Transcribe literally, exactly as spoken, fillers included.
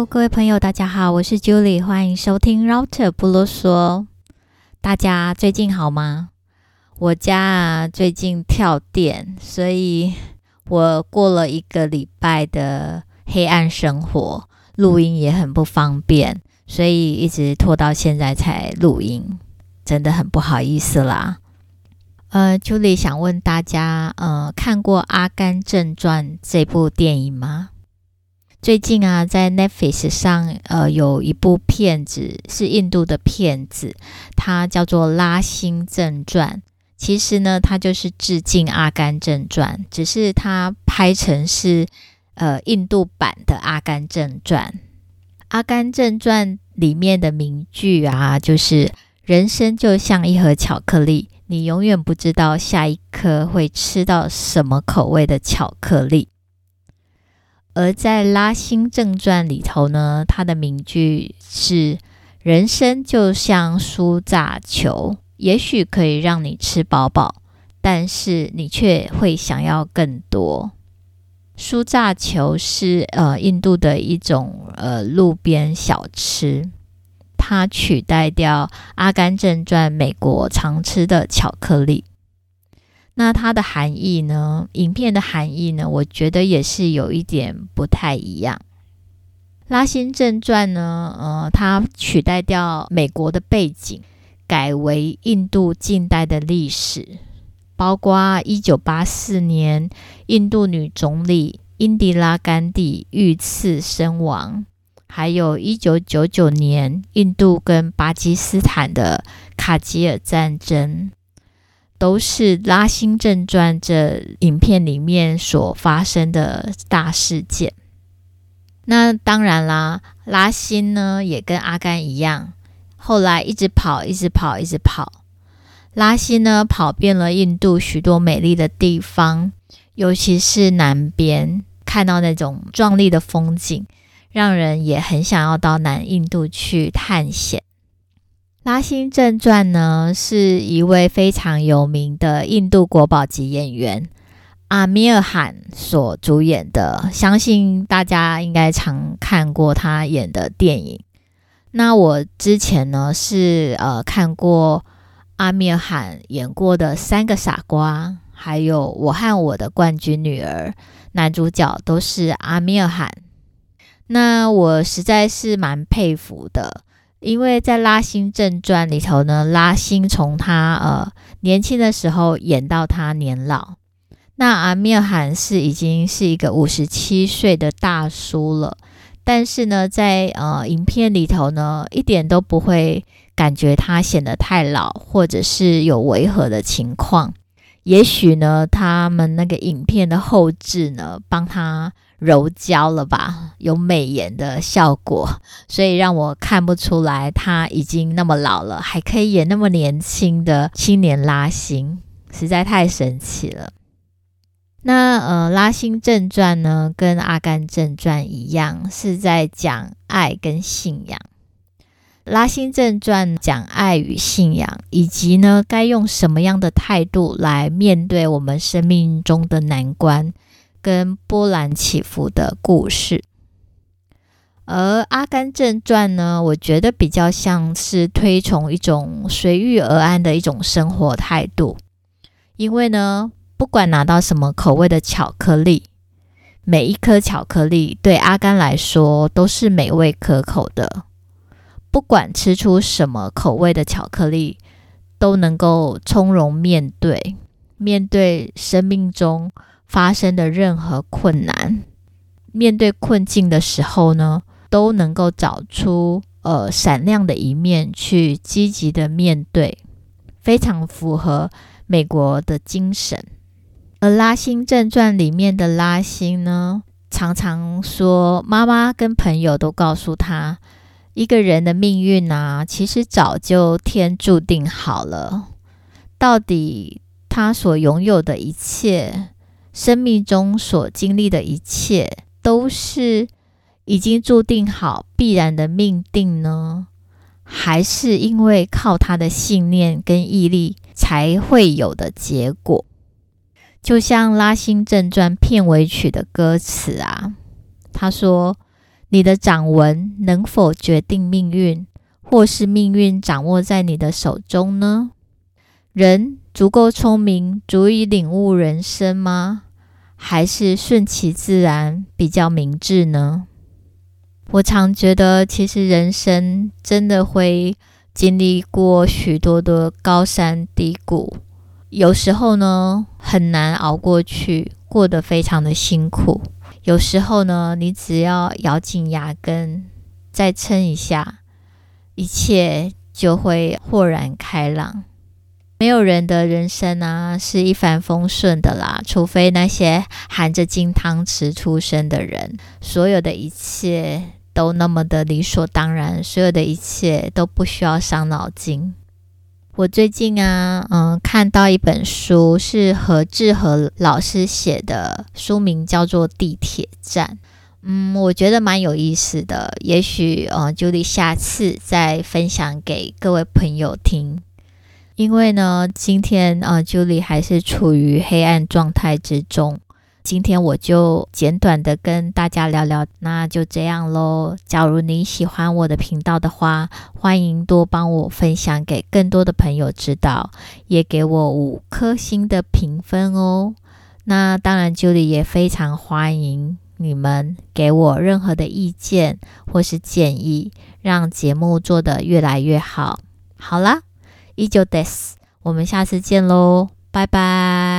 各位朋友大家好，我是 Julie， 欢迎收听 Router 不啰嗦。大家最近好吗？我家啊最近跳电，所以我过了一个礼拜的黑暗生活，录音也很不方便，所以一直拖到现在才录音，真的很不好意思啦。呃 Julie 想问大家，呃，看过《阿甘正传》这部电影吗？最近啊，在 Netflix 上，呃，有一部片子是印度的片子，它叫做《拉辛正传》。其实呢，它就是致敬《阿甘正传》，只是它拍成是呃印度版的《阿甘正传》。《阿甘正传》里面的名句啊，就是人生就像一盒巧克力，你永远不知道下一颗会吃到什么口味的巧克力。而在《拉辛正传》里头呢，它的名句是人生就像酥炸球，也许可以让你吃饱饱，但是你却会想要更多。酥炸球是呃印度的一种呃路边小吃，它取代掉《阿甘正传》美国常吃的巧克力。那它的含义呢？影片的含义呢？我觉得也是有一点不太一样。拉辛正传呢，呃，它取代掉美国的背景，改为印度近代的历史，包括一九八四年印度女总理英迪拉甘地遇刺身亡，还有一九九九年印度跟巴基斯坦的卡吉尔战争。都是《拉辛正传》这影片里面所发生的大事件。那当然啦，拉辛呢也跟阿甘一样，后来一直跑一直跑一直跑。拉辛呢跑遍了印度许多美丽的地方，尤其是南边，看到那种壮丽的风景，让人也很想要到南印度去探险。拉辛正传呢，是一位非常有名的印度国宝级演员阿米尔汗所主演的，相信大家应该常看过他演的电影。那我之前呢是呃看过阿米尔汗演过的《三个傻瓜》，还有《我和我的冠军女儿》，男主角都是阿米尔汗。那我实在是蛮佩服的。因为在《拉辛正传》里头呢，拉辛从他呃年轻的时候演到他年老，那阿米尔汗是已经是一个五十七岁的大叔了，但是呢，在呃影片里头呢，一点都不会感觉他显得太老，或者是有违和的情况。也许呢，他们那个影片的后制呢，帮他柔焦了吧，有美颜的效果，所以让我看不出来他已经那么老了，还可以演那么年轻的青年拉辛，实在太神奇了。那呃，拉辛正传呢，跟阿甘正传一样，是在讲爱跟信仰。拉辛正传讲爱与信仰，以及呢，该用什么样的态度来面对我们生命中的难关跟波澜起伏的故事。而阿甘正传呢，我觉得比较像是推崇一种随遇而安的一种生活态度。因为呢，不管拿到什么口味的巧克力，每一颗巧克力对阿甘来说都是美味可口的。不管吃出什么口味的巧克力，都能够从容面对，面对生命中发生的任何困难，面对困境的时候呢，都能够找出呃闪亮的一面去积极的面对，非常符合美国的精神。而拉辛正传里面的拉辛呢，常常说妈妈跟朋友都告诉他，一个人的命运啊，其实早就天注定好了。到底他所拥有的一切，生命中所经历的一切，都是已经注定好必然的命定呢？还是因为靠他的信念跟毅力才会有的结果？就像《拉辛正传》片尾曲的歌词啊，他说， 你的掌纹能否决定命运，或是命运掌握在你的手中呢？人足够聪明，足以领悟人生吗？还是顺其自然比较明智呢？我常觉得，其实人生真的会经历过许多的高山低谷，有时候呢很难熬过去，过得非常的辛苦。有时候呢，你只要咬紧牙根，再撑一下，一切就会豁然开朗。没有人的人生啊是一帆风顺的啦，除非那些含着金汤匙出生的人，所有的一切都那么的理所当然，所有的一切都不需要伤脑筋。我最近啊，嗯，看到一本书，是何志和老师写的，书名叫做《地铁站》。嗯，我觉得蛮有意思的，也许呃，Julie 下次再分享给各位朋友听。因为呢，今天呃，Julie 还是处于黑暗状态之中。今天我就简短的跟大家聊聊，那就这样咯。假如你喜欢我的频道的话，欢迎多帮我分享给更多的朋友知道，也给我五颗星的评分哦。那当然 Julie 也非常欢迎你们给我任何的意见或是建议，让节目做得越来越好。好啦，以上です。我们下次见咯，拜拜。